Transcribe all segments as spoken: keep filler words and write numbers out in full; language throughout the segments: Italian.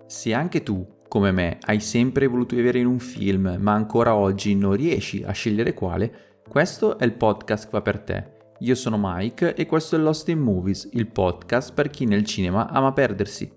Se anche tu, come me, hai sempre voluto vivere in un film, ma ancora oggi non riesci a scegliere quale, questo è il podcast che fa per te. Io sono Mike e questo è Lost in Movies, il podcast per chi nel cinema ama perdersi.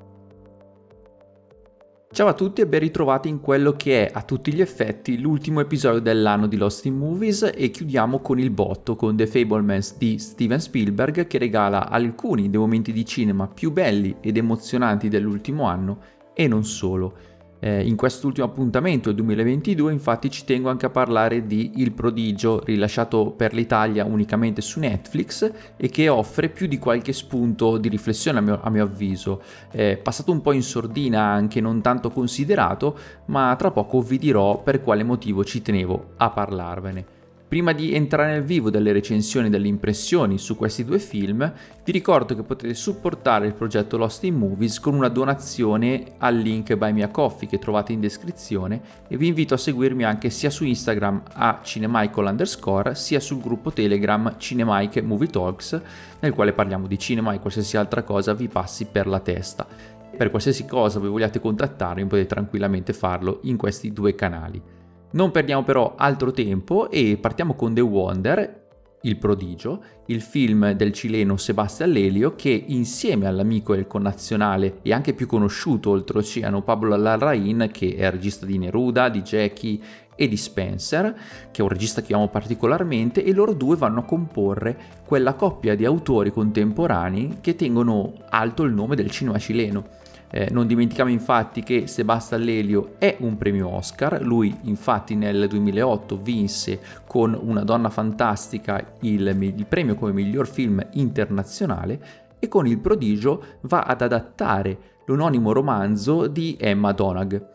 Ciao a tutti e ben ritrovati in quello che è a tutti gli effetti l'ultimo episodio dell'anno di Lost in Movies e chiudiamo con il botto con The Fabelmans di Steven Spielberg che regala alcuni dei momenti di cinema più belli ed emozionanti dell'ultimo anno e non solo. Eh, in quest'ultimo appuntamento del duemilaventidue infatti ci tengo anche a parlare di Il Prodigio, rilasciato per l'Italia unicamente su Netflix e che offre più di qualche spunto di riflessione a mio, a mio avviso. È passato un po' in sordina, anche non tanto considerato, ma tra poco vi dirò per quale motivo ci tenevo a parlarvene. Prima di entrare nel vivo delle recensioni e delle impressioni su questi due film, vi ricordo che potete supportare il progetto Lost in Movies con una donazione al link Buy Me a Coffee che trovate in descrizione e vi invito a seguirmi anche sia su Instagram a Cinemichael underscore sia sul gruppo Telegram Cinemike Movie Talks nel quale parliamo di cinema e qualsiasi altra cosa vi passi per la testa. Per qualsiasi cosa voi vogliate contattarmi potete tranquillamente farlo in questi due canali. Non perdiamo però altro tempo e partiamo con The Wonder, Il Prodigio, il film del cileno Sebastián Lelio che insieme all'amico e il connazionale e anche più conosciuto oltreoceano Pablo Larraín, che è regista di Neruda, di Jackie e di Spencer, che è un regista che amo particolarmente, e loro due vanno a comporre quella coppia di autori contemporanei che tengono alto il nome del cinema cileno. Eh, non dimentichiamo infatti che Sebastián Lelio è un premio Oscar, lui infatti nel duemilaotto vinse con Una donna fantastica il, il premio come miglior film internazionale e con Il Prodigio va ad adattare l'omonimo romanzo di Emma Donoghue.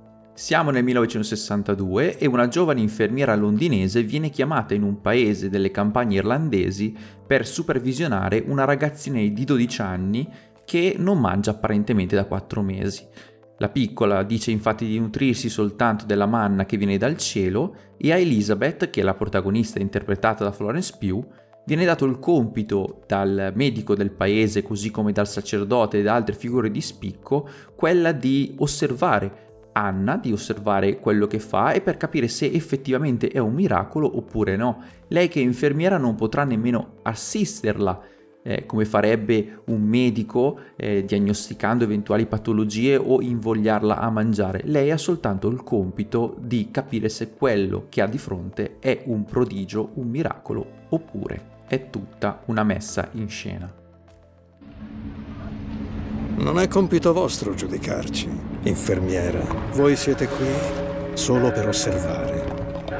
Siamo nel millenovecentosessantadue e una giovane infermiera londinese viene chiamata in un paese delle campagne irlandesi per supervisionare una ragazzina di dodici anni che non mangia apparentemente da quattro mesi. La piccola dice infatti di nutrirsi soltanto della manna che viene dal cielo e a Elizabeth, che è la protagonista interpretata da Florence Pugh, viene dato il compito dal medico del paese, così come dal sacerdote e da altre figure di spicco, quella di osservare Anna, di osservare quello che fa e per capire se effettivamente è un miracolo oppure no. Lei che è infermiera non potrà nemmeno assisterla Eh, come farebbe un medico eh, diagnosticando eventuali patologie o invogliarla a mangiare. Lei ha soltanto il compito di capire se quello che ha di fronte è un prodigio, un miracolo oppure è tutta una messa in scena. Non è compito vostro giudicarci, infermiera. Voi siete qui solo per osservare.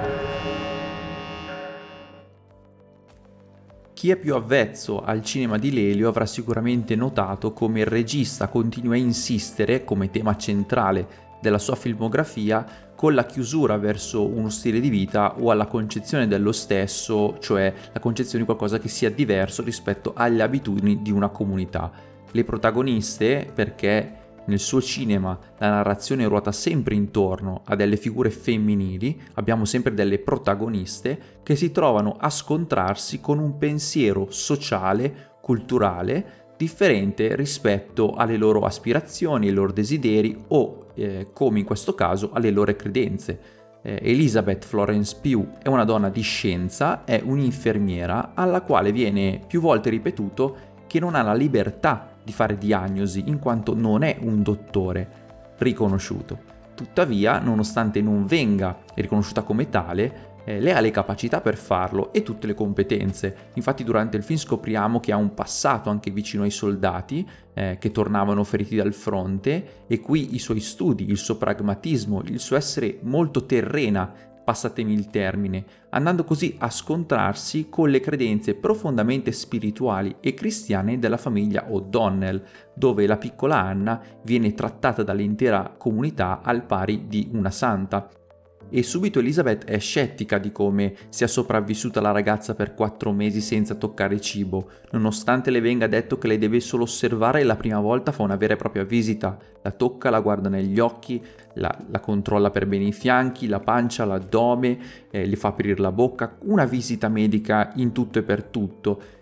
Chi è più avvezzo al cinema di Lelio avrà sicuramente notato come il regista continua a insistere come tema centrale della sua filmografia con la chiusura verso uno stile di vita o alla concezione dello stesso, cioè la concezione di qualcosa che sia diverso rispetto alle abitudini di una comunità. Le protagoniste, perché nel suo cinema la narrazione ruota sempre intorno a delle figure femminili, abbiamo sempre delle protagoniste che si trovano a scontrarsi con un pensiero sociale, culturale, differente rispetto alle loro aspirazioni, ai loro desideri o, eh, come in questo caso, alle loro credenze. Eh, Elizabeth Florence Pugh è una donna di scienza, è un'infermiera alla quale viene più volte ripetuto che non ha la libertà di fare diagnosi in quanto non è un dottore riconosciuto. Tuttavia, nonostante non venga riconosciuta come tale, eh, lei ha le capacità per farlo e tutte le competenze. Infatti durante il film scopriamo che ha un passato anche vicino ai soldati eh, che tornavano feriti dal fronte e qui i suoi studi, il suo pragmatismo, il suo essere molto terrena, passatemi il termine, andando così a scontrarsi con le credenze profondamente spirituali e cristiane della famiglia O'Donnell, dove la piccola Anna viene trattata dall'intera comunità al pari di una santa. E subito Elizabeth è scettica di come sia sopravvissuta la ragazza per quattro mesi senza toccare cibo, nonostante le venga detto che lei deve solo osservare e la prima volta fa una vera e propria visita, la tocca, la guarda negli occhi, la, la controlla per bene i fianchi, la pancia, l'addome, eh, le fa aprire la bocca, una visita medica in tutto e per tutto.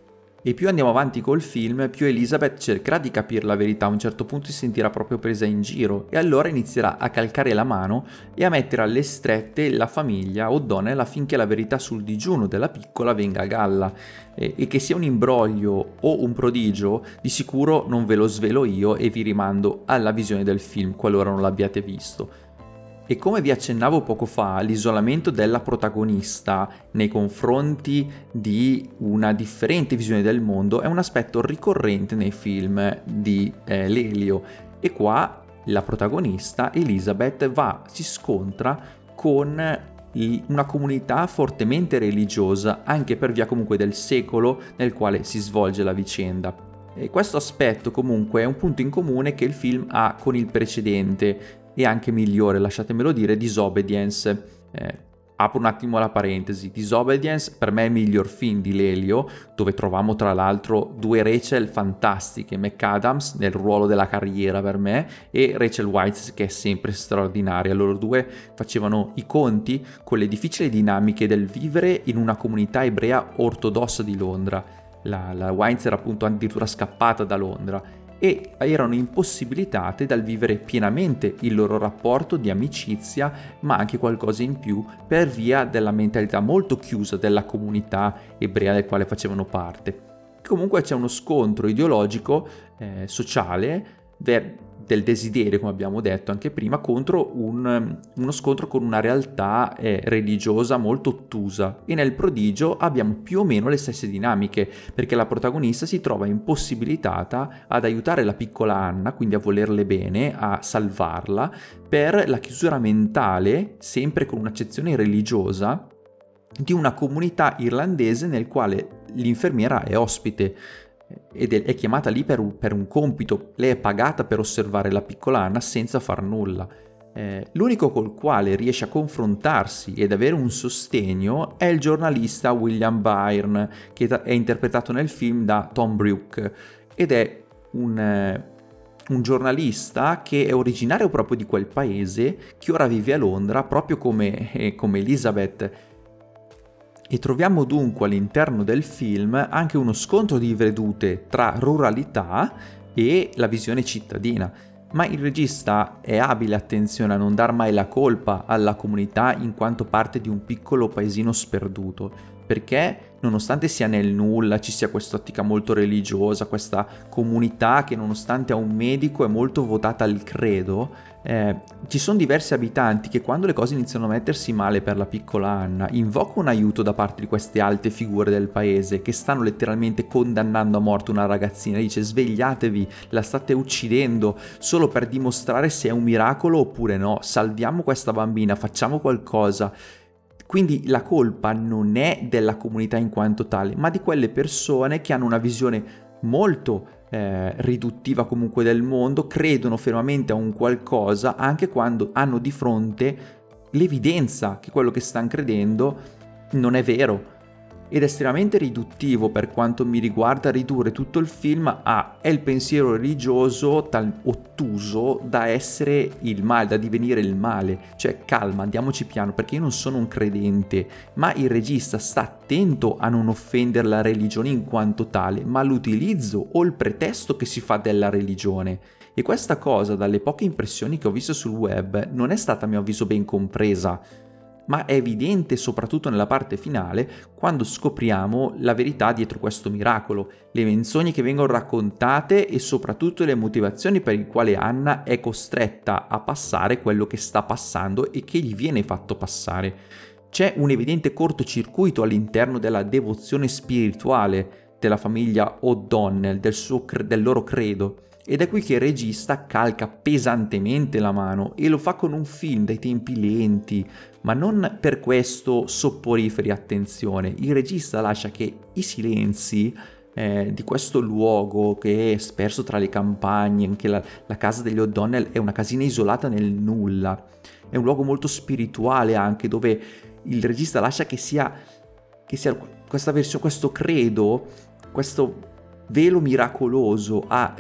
E più andiamo avanti col film, più Elizabeth cercherà di capire la verità, a un certo punto si sentirà proprio presa in giro e allora inizierà a calcare la mano e a mettere alle strette la famiglia O'Donnell affinché la verità sul digiuno della piccola venga a galla. E, e che sia un imbroglio o un prodigio, di sicuro non ve lo svelo io e vi rimando alla visione del film qualora non l'abbiate visto. E come vi accennavo poco fa, l'isolamento della protagonista nei confronti di una differente visione del mondo è un aspetto ricorrente nei film di eh, Lelio. E qua la protagonista, Elizabeth, va, si scontra con una comunità fortemente religiosa, anche per via comunque del secolo nel quale si svolge la vicenda. E questo aspetto comunque è un punto in comune che il film ha con il precedente, e anche migliore, lasciatemelo dire, Disobedience. Eh, apro un attimo la parentesi, Disobedience per me è il miglior film di Lelio, dove troviamo tra l'altro due Rachel fantastiche, McAdams nel ruolo della carriera per me e Rachel Weisz che è sempre straordinaria. Loro due facevano i conti con le difficili dinamiche del vivere in una comunità ebrea ortodossa di Londra. La, la Weisz era appunto addirittura scappata da Londra e erano impossibilitate dal vivere pienamente il loro rapporto di amicizia, ma anche qualcosa in più per via della mentalità molto chiusa della comunità ebrea del quale facevano parte. Comunque c'è uno scontro ideologico, eh, sociale, ver- del desiderio, come abbiamo detto anche prima, contro un, uno scontro con una realtà eh, religiosa molto ottusa. E nel prodigio abbiamo più o meno le stesse dinamiche, perché la protagonista si trova impossibilitata ad aiutare la piccola Anna, quindi a volerle bene, a salvarla, per la chiusura mentale, sempre con un'accezione religiosa, di una comunità irlandese nel quale l'infermiera è ospite ed è chiamata lì per un, per un compito. Lei è pagata per osservare la piccola Anna senza far nulla. Eh, l'unico col quale riesce a confrontarsi ed avere un sostegno è il giornalista William Byrne, che è interpretato nel film da Tom Brooke ed è un, eh, un giornalista che è originario proprio di quel paese, che ora vive a Londra proprio come, eh, come Elizabeth. E troviamo dunque all'interno del film anche uno scontro di vedute tra ruralità e la visione cittadina. Ma il regista è abile, attenzione, a non dar mai la colpa alla comunità in quanto parte di un piccolo paesino sperduto, perché nonostante sia nel nulla, ci sia quest'ottica molto religiosa, questa comunità che nonostante ha un medico è molto votata al credo, eh, ci sono diversi abitanti che quando le cose iniziano a mettersi male per la piccola Anna invocano un aiuto da parte di queste alte figure del paese che stanno letteralmente condannando a morte una ragazzina. Dice: svegliatevi, la state uccidendo, solo per dimostrare se è un miracolo oppure no, salviamo questa bambina, facciamo qualcosa. Quindi la colpa non è della comunità in quanto tale, ma di quelle persone che hanno una visione molto eh, riduttiva comunque del mondo, credono fermamente a un qualcosa anche quando hanno di fronte l'evidenza che quello che stanno credendo non è vero. Ed è estremamente riduttivo, per quanto mi riguarda, ridurre tutto il film a è il pensiero religioso tal ottuso da essere il male, da divenire il male. Cioè calma, andiamoci piano, perché io non sono un credente, ma il regista sta attento a non offendere la religione in quanto tale, ma l'utilizzo o il pretesto che si fa della religione. E questa cosa, dalle poche impressioni che ho visto sul web, non è stata a mio avviso ben compresa, ma è evidente soprattutto nella parte finale quando scopriamo la verità dietro questo miracolo, le menzogne che vengono raccontate e soprattutto le motivazioni per le quali Anna è costretta a passare quello che sta passando e che gli viene fatto passare. C'è un evidente cortocircuito all'interno della devozione spirituale della famiglia O'Donnell, del, suo, del loro credo. Ed è qui che il regista calca pesantemente la mano e lo fa con un film dai tempi lenti, ma non per questo sopporiferi, attenzione. Il regista lascia che i silenzi eh, di questo luogo che è sperso tra le campagne, anche la, la casa degli O'Donnell è una casina isolata nel nulla, è un luogo molto spirituale anche, dove il regista lascia che sia, che sia questa versione, questo credo, questo velo miracoloso a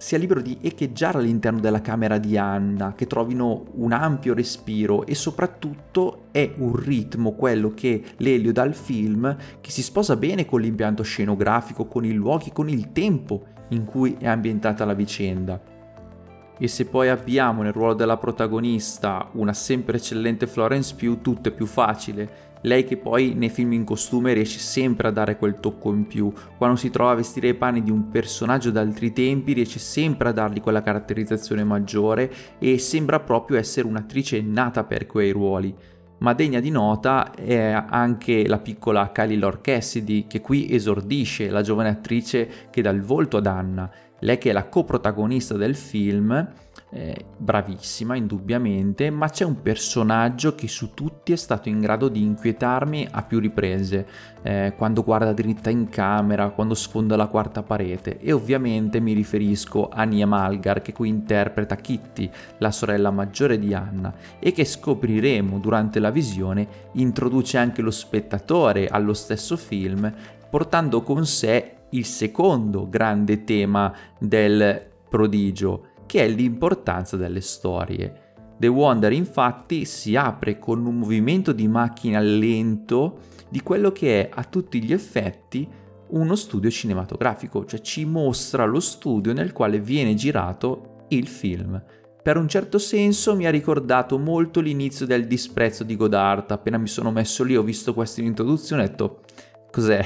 sia libero di echeggiare all'interno della camera di Anna, che trovino un ampio respiro, e soprattutto è un ritmo, quello che Lelio dà al film, che si sposa bene con l'impianto scenografico, con i luoghi, con il tempo in cui è ambientata la vicenda. E se poi abbiamo nel ruolo della protagonista una sempre eccellente Florence Pugh, tutto è più facile. Lei che poi nei film in costume riesce sempre a dare quel tocco in più. Quando si trova a vestire i panni di un personaggio d'altri tempi riesce sempre a dargli quella caratterizzazione maggiore e sembra proprio essere un'attrice nata per quei ruoli. Ma degna di nota è anche la piccola Kylie Lord Cassidy, che qui esordisce, la giovane attrice che dà il volto ad Anna. Lei che è la coprotagonista del film, eh, bravissima indubbiamente, ma c'è un personaggio che su tutti è stato in grado di inquietarmi a più riprese, eh, quando guarda dritta in camera, quando sfonda la quarta parete, e ovviamente mi riferisco a Nia Malgar, che qui interpreta Kitty, la sorella maggiore di Anna, e che scopriremo durante la visione introduce anche lo spettatore allo stesso film, portando con sé il secondo grande tema del prodigio, che è l'importanza delle storie. The Wonder infatti si apre con un movimento di macchina lento di quello che è a tutti gli effetti uno studio cinematografico, cioè ci mostra lo studio nel quale viene girato il film. Per un certo senso mi ha ricordato molto l'inizio del Disprezzo di Godard. Appena mi sono messo lì, ho visto questa introduzione e ho detto: cos'è?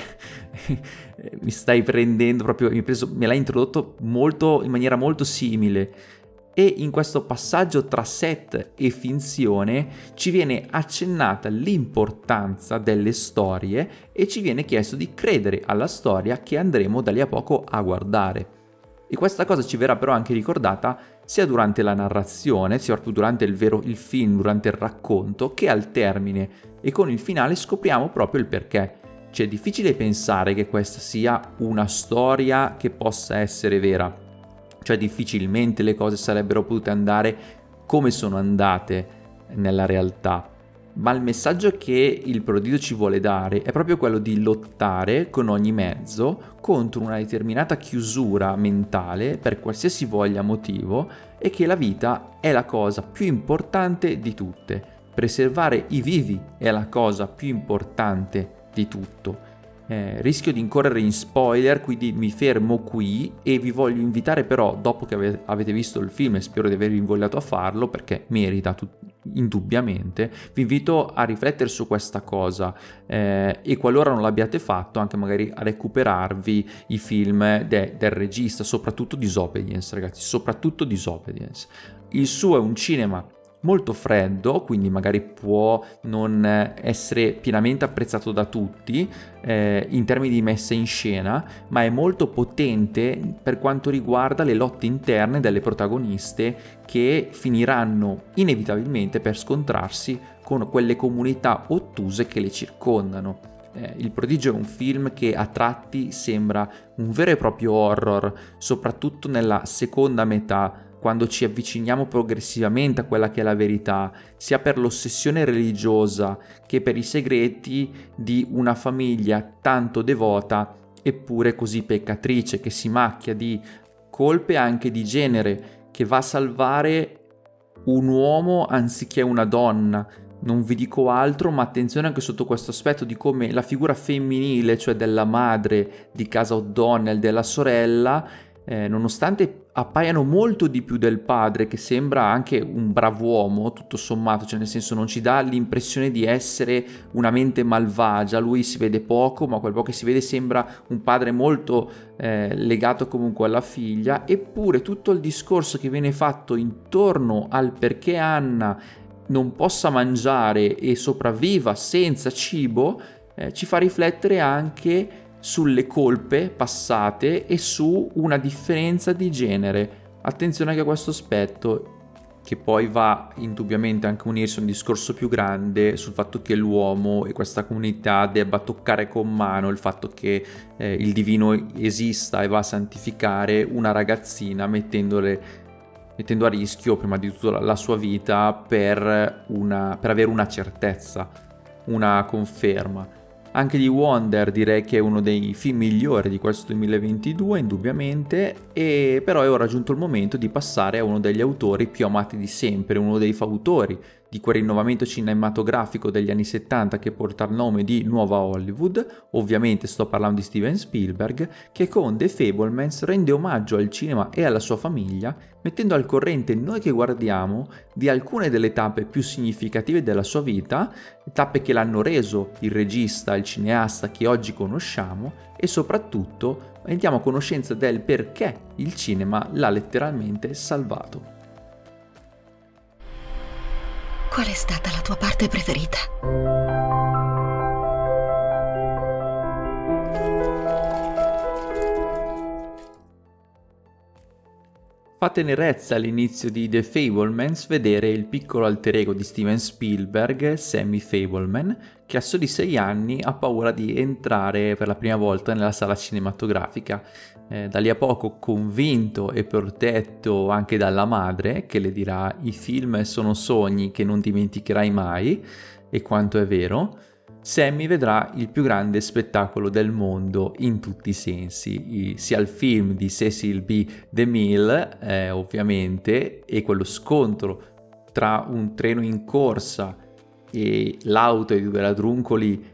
Mi stai prendendo proprio, mi preso, me l'hai introdotto molto, in maniera molto simile, e in questo passaggio tra set e finzione ci viene accennata l'importanza delle storie e ci viene chiesto di credere alla storia che andremo da lì a poco a guardare. E questa cosa ci verrà però anche ricordata sia durante la narrazione, sia proprio durante il vero il film, durante il racconto, che al termine, e con il finale scopriamo proprio il perché. Cioè, è difficile pensare che questa sia una storia che possa essere vera, cioè difficilmente le cose sarebbero potute andare come sono andate nella realtà, ma il messaggio che il prodigio ci vuole dare è proprio quello di lottare con ogni mezzo contro una determinata chiusura mentale per qualsiasi voglia motivo, e che la vita è la cosa più importante di tutte. Preservare i vivi è la cosa più importante di tutto. Eh, rischio di incorrere in spoiler, quindi mi fermo qui e vi voglio invitare però, dopo che ave- avete visto il film, e spero di avervi invogliato a farlo perché merita tut- indubbiamente, vi invito a riflettere su questa cosa, eh, e qualora non l'abbiate fatto anche magari a recuperarvi i film de- del regista, soprattutto Disobedience, ragazzi, soprattutto Disobedience. Il suo è un cinema molto freddo, quindi magari può non essere pienamente apprezzato da tutti eh, in termini di messa in scena, ma è molto potente per quanto riguarda le lotte interne delle protagoniste, che finiranno inevitabilmente per scontrarsi con quelle comunità ottuse che le circondano. Eh, Il Prodigio è un film che a tratti sembra un vero e proprio horror, soprattutto nella seconda metà, quando ci avviciniamo progressivamente a quella che è la verità, sia per l'ossessione religiosa che per i segreti di una famiglia tanto devota eppure così peccatrice, che si macchia di colpe anche di genere, che va a salvare un uomo anziché una donna. Non vi dico altro, ma attenzione anche sotto questo aspetto di come la figura femminile, cioè della madre di casa O'Donnell, della sorella, eh, nonostante appaiano molto di più del padre, che sembra anche un bravo uomo tutto sommato, cioè nel senso non ci dà l'impressione di essere una mente malvagia, lui si vede poco, ma quel poco che si vede sembra un padre molto eh, legato comunque alla figlia. Eppure tutto il discorso che viene fatto intorno al perché Anna non possa mangiare e sopravviva senza cibo eh, ci fa riflettere anche sulle colpe passate e su una differenza di genere. Attenzione anche a questo aspetto, che poi va indubbiamente anche a unirsi a un discorso più grande sul fatto che l'uomo e questa comunità debba toccare con mano il fatto che eh, il divino esista e va a santificare una ragazzina mettendole, mettendo a rischio prima di tutto la, la sua vita per, una, per avere una certezza, una conferma. Anche di Wonder direi che è uno dei film migliori di questo duemilaventidue, indubbiamente, e però è ora giunto il momento di passare a uno degli autori più amati di sempre, uno dei fautori di quel rinnovamento cinematografico degli anni settanta che porta il nome di Nuova Hollywood. Ovviamente sto parlando di Steven Spielberg, che con The Fabelmans rende omaggio al cinema e alla sua famiglia, mettendo al corrente noi che guardiamo di alcune delle tappe più significative della sua vita, tappe che l'hanno reso il regista, il cineasta che oggi conosciamo, e soprattutto entriamo a conoscenza del perché il cinema l'ha letteralmente salvato. Qual è stata la tua parte preferita? Fa tenerezza all'inizio di The Fabelmans vedere il piccolo alter ego di Steven Spielberg, Sammy Fabelman, che a soli sei anni ha paura di entrare per la prima volta nella sala cinematografica. Eh, da lì a poco, convinto e protetto anche dalla madre, che le dirà i film sono sogni che non dimenticherai mai, e quanto è vero, Sammy vedrà il più grande spettacolo del mondo in tutti i sensi, I, sia il film di Cecil B. DeMille, eh, ovviamente, e quello scontro tra un treno in corsa e l'auto di due ladruncoli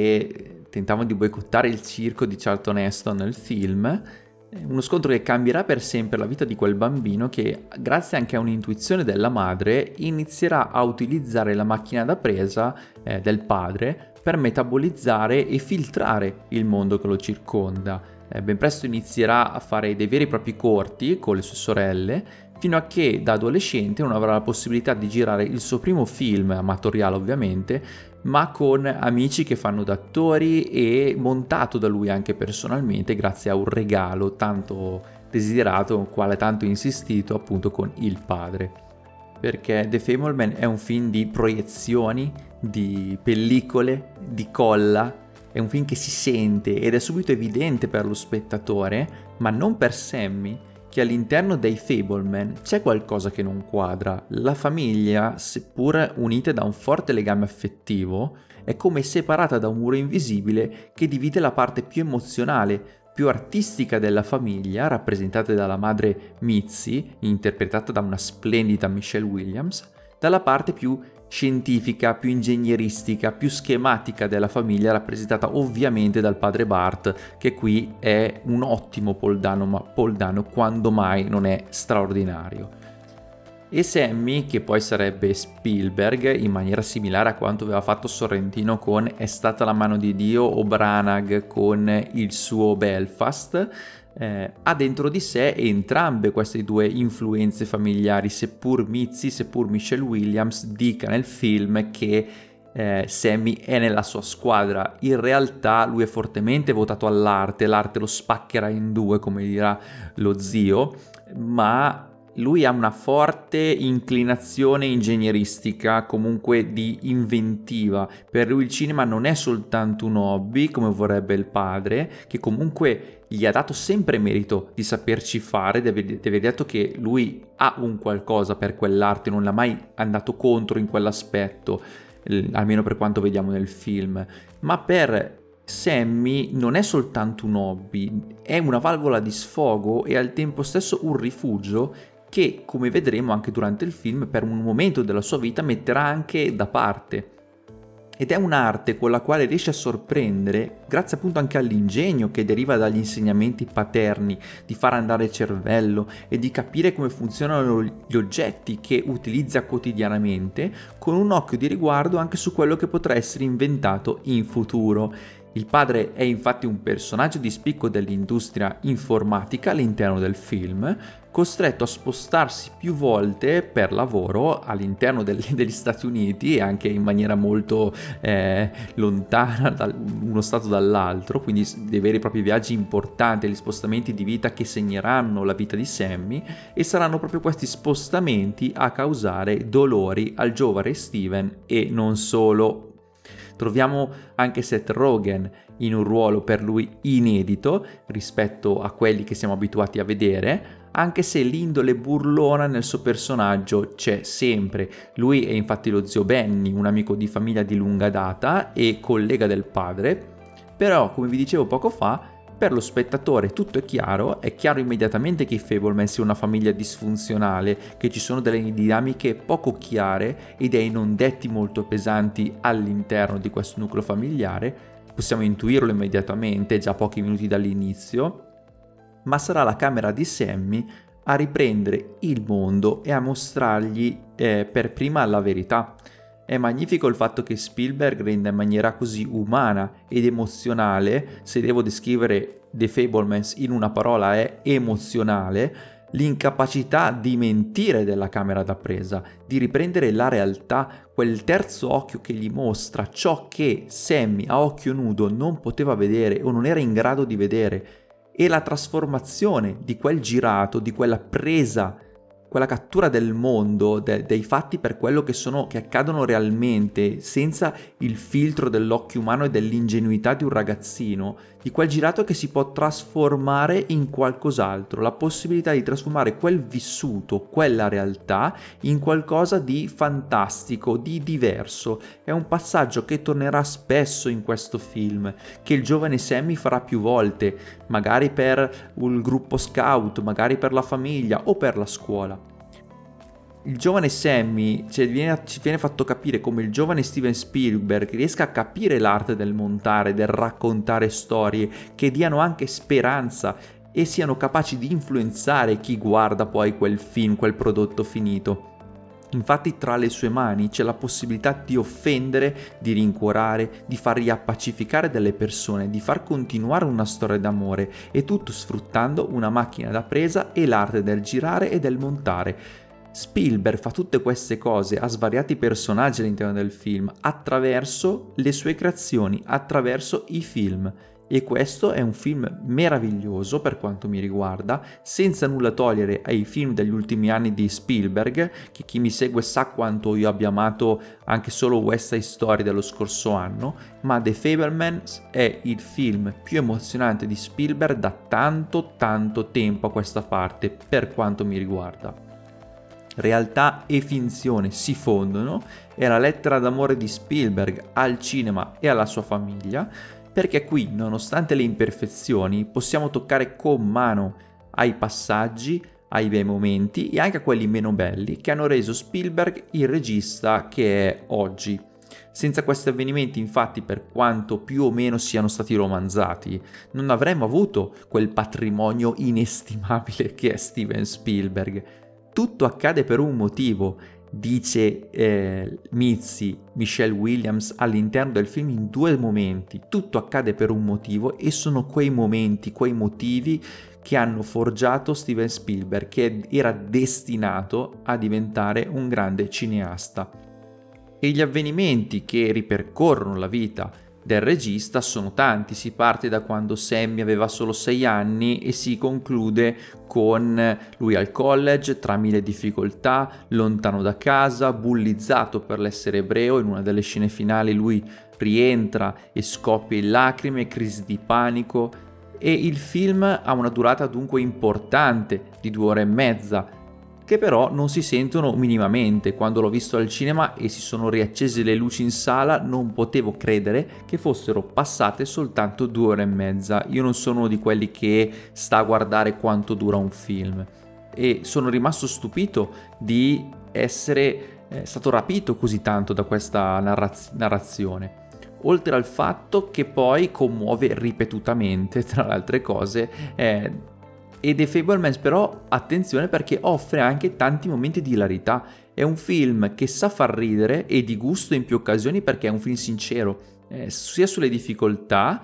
che tentavano di boicottare il circo di Charlton Heston nel film. Uno scontro che cambierà per sempre la vita di quel bambino che, grazie anche a un'intuizione della madre, inizierà a utilizzare la macchina da presa eh, del padre per metabolizzare e filtrare il mondo che lo circonda. Eh, ben presto inizierà a fare dei veri e propri corti con le sue sorelle, fino a che da adolescente non avrà la possibilità di girare il suo primo film, amatoriale ovviamente, ma con amici che fanno da attori e montato da lui anche personalmente grazie a un regalo tanto desiderato, con il quale tanto insistito appunto con il padre. Perché The Fabelman è un film di proiezioni, di pellicole, di colla, è un film che si sente ed è subito evidente per lo spettatore, ma non per Sammy, che all'interno dei Fabelman c'è qualcosa che non quadra. La famiglia, seppur unita da un forte legame affettivo, è come separata da un muro invisibile che divide la parte più emozionale, più artistica della famiglia, rappresentata dalla madre Mitzi, interpretata da una splendida Michelle Williams, dalla parte più scientifica, più ingegneristica, più schematica della famiglia, rappresentata ovviamente dal padre Bart, che qui è un ottimo Paul Dano, ma Paul Dano quando mai non è straordinario. E Sammy, che poi sarebbe Spielberg, in maniera similare a quanto aveva fatto Sorrentino con È stata la mano di Dio o Branagh con il suo Belfast, eh, ha dentro di sé entrambe queste due influenze familiari, seppur Mitzi, seppur Michelle Williams dica nel film che eh, Sammy è nella sua squadra. In realtà lui è fortemente votato all'arte, l'arte lo spaccherà in due, come dirà lo zio, ma lui ha una forte inclinazione ingegneristica, comunque di inventiva. Per lui il cinema non è soltanto un hobby, come vorrebbe il padre, che comunque gli ha dato sempre merito di saperci fare, di aver, di aver detto che lui ha un qualcosa per quell'arte, non l'ha mai andato contro in quell'aspetto, eh, almeno per quanto vediamo nel film. Ma per Sammy non è soltanto un hobby, è una valvola di sfogo e al tempo stesso un rifugio che, come vedremo anche durante il film, per un momento della sua vita metterà anche da parte. Ed è un'arte con la quale riesce a sorprendere, grazie appunto anche all'ingegno che deriva dagli insegnamenti paterni, di far andare il cervello e di capire come funzionano gli oggetti che utilizza quotidianamente, con un occhio di riguardo anche su quello che potrà essere inventato in futuro. Il padre è infatti un personaggio di spicco dell'industria informatica all'interno del film, costretto a spostarsi più volte per lavoro all'interno del, degli Stati Uniti e anche in maniera molto eh, lontana da uno stato dall'altro, quindi dei veri e propri viaggi importanti, gli spostamenti di vita che segneranno la vita di Sammy, e saranno proprio questi spostamenti a causare dolori al giovane Steven e non solo. Troviamo anche Seth Rogen in un ruolo per lui inedito rispetto a quelli che siamo abituati a vedere, anche se l'indole burlona nel suo personaggio c'è sempre. Lui è infatti lo zio Benny, un amico di famiglia di lunga data e collega del padre, Però, come vi dicevo poco fa, per lo spettatore tutto è chiaro, è chiaro immediatamente che i Fabelman sia una famiglia disfunzionale, che ci sono delle dinamiche poco chiare e dei non detti molto pesanti all'interno di questo nucleo familiare. Possiamo intuirlo immediatamente, già pochi minuti dall'inizio, ma sarà la camera di Sammy a riprendere il mondo e a mostrargli eh, per prima la verità. È magnifico il fatto che Spielberg renda in maniera così umana ed emozionale, se devo descrivere The Fabelmans in una parola è emozionale, l'incapacità di mentire della camera da presa, di riprendere la realtà, quel terzo occhio che gli mostra ciò che Sammy a occhio nudo non poteva vedere o non era in grado di vedere, e la trasformazione di quel girato, di quella presa, quella cattura del mondo, de- dei fatti per quello che sono, che accadono realmente, senza il filtro dell'occhio umano e dell'ingenuità di un ragazzino, di quel girato che si può trasformare in qualcos'altro, la possibilità di trasformare quel vissuto, quella realtà, in qualcosa di fantastico, di diverso. È un passaggio che tornerà spesso in questo film, che il giovane Sammy farà più volte, magari per un gruppo scout, magari per la famiglia o per la scuola. Il giovane Sammy, cioè, viene, ci viene fatto capire come il giovane Steven Spielberg riesca a capire l'arte del montare, del raccontare storie che diano anche speranza e siano capaci di influenzare chi guarda poi quel film, quel prodotto finito. Infatti tra le sue mani c'è la possibilità di offendere, di rincuorare, di far riappacificare delle persone, di far continuare una storia d'amore, e tutto sfruttando una macchina da presa e l'arte del girare e del montare. Spielberg fa tutte queste cose a svariati personaggi all'interno del film attraverso le sue creazioni, attraverso i film. E questo è un film meraviglioso per quanto mi riguarda, senza nulla togliere ai film degli ultimi anni di Spielberg, che chi mi segue sa quanto io abbia amato anche solo West Side Story dello scorso anno, ma The Fabelmans è il film più emozionante di Spielberg da tanto tanto tempo a questa parte, per quanto mi riguarda. Realtà e finzione si fondono, è la lettera d'amore di Spielberg al cinema e alla sua famiglia, perché qui, nonostante le imperfezioni, possiamo toccare con mano ai passaggi, ai bei momenti e anche a quelli meno belli che hanno reso Spielberg il regista che è oggi. Senza questi avvenimenti, infatti, per quanto più o meno siano stati romanzati, non avremmo avuto quel patrimonio inestimabile che è Steven Spielberg. Tutto accade per un motivo, dice eh, Mitzi, Michelle Williams all'interno del film in due momenti. Tutto accade per un motivo e sono quei momenti, quei motivi che hanno forgiato Steven Spielberg, che era destinato a diventare un grande cineasta. E gli avvenimenti che ripercorrono la vita del regista sono tanti. Si parte da quando Sammy aveva solo sei anni e si conclude con lui al college, tra mille difficoltà, lontano da casa, bullizzato per l'essere ebreo. In una delle scene finali lui rientra e scoppia in lacrime, crisi di panico, e il film ha una durata dunque importante di due ore e mezza, che però non si sentono minimamente. Quando l'ho visto al cinema e si sono riaccese le luci in sala, non potevo credere che fossero passate soltanto due ore e mezza. Io non sono uno di quelli che sta a guardare quanto dura un film, e sono rimasto stupito di essere eh, stato rapito così tanto da questa narraz- narrazione. Oltre al fatto che poi commuove ripetutamente, tra le altre cose, eh, e The Fabelmans però, attenzione, perché offre anche tanti momenti di hilarità. È un film che sa far ridere e di gusto in più occasioni, perché è un film sincero, eh, sia sulle difficoltà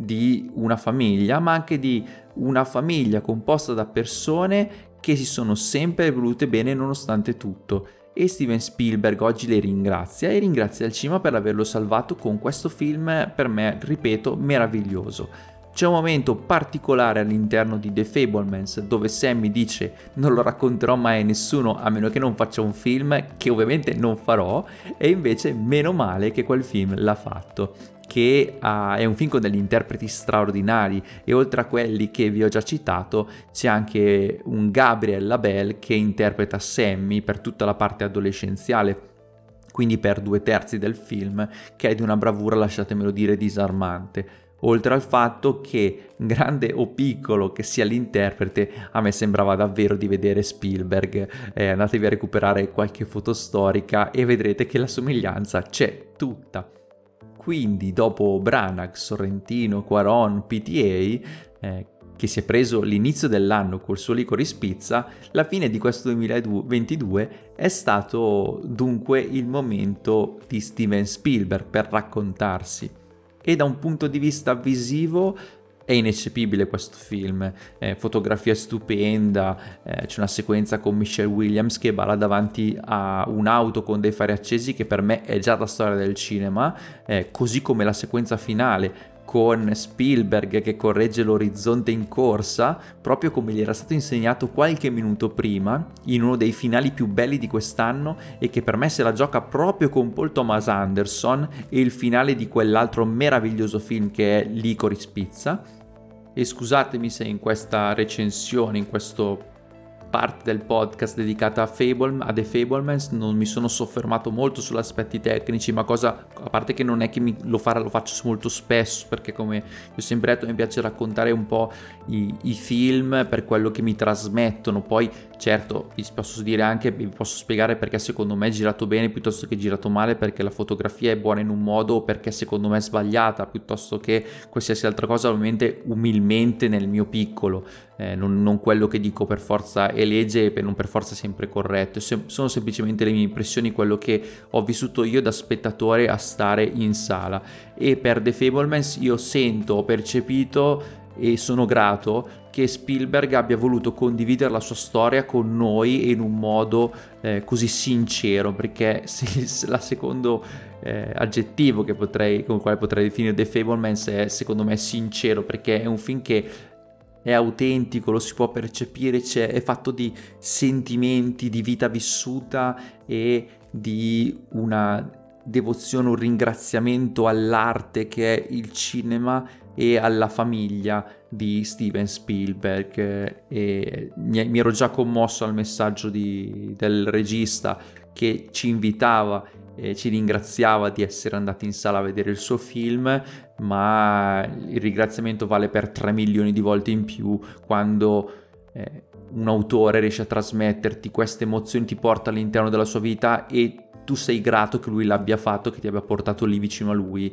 di una famiglia, ma anche di una famiglia composta da persone che si sono sempre volute bene nonostante tutto. E Steven Spielberg oggi le ringrazia e ringrazia il cinema per averlo salvato con questo film, per me, ripeto, meraviglioso. C'è un momento particolare all'interno di The Fabelmans dove Sammy dice: non lo racconterò mai a nessuno a meno che non faccia un film, che ovviamente non farò, e invece meno male che quel film l'ha fatto, che uh, è un film con degli interpreti straordinari, e oltre a quelli che vi ho già citato c'è anche un Gabriel Labelle che interpreta Sammy per tutta la parte adolescenziale, quindi per due terzi del film, che è di una bravura, lasciatemelo dire, disarmante. oltre al fatto che, grande o piccolo che sia l'interprete, a me sembrava davvero di vedere Spielberg. Eh, andatevi a recuperare qualche foto storica e vedrete che la somiglianza c'è tutta. Quindi dopo Branagh, Sorrentino, Cuarón, P T A, eh, che si è preso l'inizio dell'anno col suo Licorice Pizza, la fine di questo duemilaventidue è stato dunque il momento di Steven Spielberg per raccontarsi. E da un punto di vista visivo è ineccepibile questo film, eh, fotografia stupenda, eh, c'è una sequenza con Michelle Williams che balla davanti a un'auto con dei fari accesi che per me è già la storia del cinema, eh, così come la sequenza finale con Spielberg che corregge l'orizzonte in corsa, proprio come gli era stato insegnato qualche minuto prima, in uno dei finali più belli di quest'anno e che per me se la gioca proprio con Paul Thomas Anderson e il finale di quell'altro meraviglioso film che è Licorice Pizza. E scusatemi se in questa recensione, in questo parte del podcast dedicata a, Fable, a The Fabelmans non mi sono soffermato molto sugli aspetti tecnici, ma cosa, a parte che non è che mi, lo, farà, lo faccio molto spesso, perché come vi ho sempre detto mi piace raccontare un po' i, i film per quello che mi trasmettono. Poi certo vi posso dire anche, vi posso spiegare perché secondo me è girato bene piuttosto che girato male, perché la fotografia è buona in un modo o perché secondo me è sbagliata, piuttosto che qualsiasi altra cosa, ovviamente umilmente nel mio piccolo, eh, non, non quello che dico per forza è legge e non per forza sempre corretto. Se, sono semplicemente le mie impressioni, quello che ho vissuto io da spettatore a stare in sala. E per The Fabelmans io sento, ho percepito e sono grato che Spielberg abbia voluto condividere la sua storia con noi in un modo eh, così sincero, perché se, se la secondo eh, aggettivo che potrei, con il quale potrei definire The Fabelmans è secondo me sincero, perché è un film che è autentico, lo si può percepire, c'è, è fatto di sentimenti, di vita vissuta e di una devozione, un ringraziamento all'arte che è il cinema e alla famiglia di Steven Spielberg. E mi, mi ero già commosso al messaggio di, del regista che ci invitava e ci ringraziava di essere andati in sala a vedere il suo film, ma il ringraziamento vale per tre milioni di volte in più quando eh, un autore riesce a trasmetterti queste emozioni, ti porta all'interno della sua vita e tu sei grato che lui l'abbia fatto, che ti abbia portato lì vicino a lui.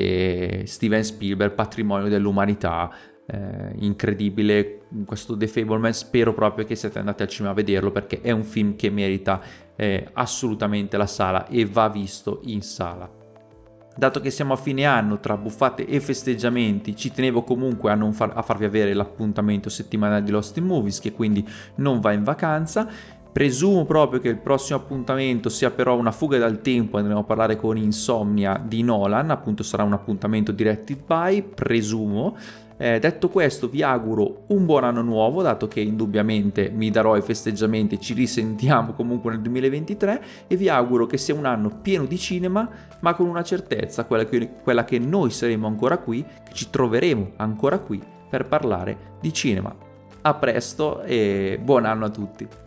E Steven Spielberg, patrimonio dell'umanità, eh, incredibile questo The Fabelmans. Spero proprio che siate andati al cinema a vederlo, perché è un film che merita eh, assolutamente la sala e va visto in sala. Dato che siamo a fine anno, tra buffate e festeggiamenti, ci tenevo comunque a, non far, a farvi avere l'appuntamento settimanale di Lost in Movies, che quindi non va in vacanza. Presumo proprio che il prossimo appuntamento sia però una fuga dal tempo, andremo a parlare con Insomnia di Nolan, appunto sarà un appuntamento directed by, presumo. Eh, detto questo, vi auguro un buon anno nuovo, dato che indubbiamente mi darò i festeggiamenti, ci risentiamo comunque nel duemilaventitré, e vi auguro che sia un anno pieno di cinema, ma con una certezza, quella che, quella che noi saremo ancora qui, che ci troveremo ancora qui per parlare di cinema. A presto e buon anno a tutti!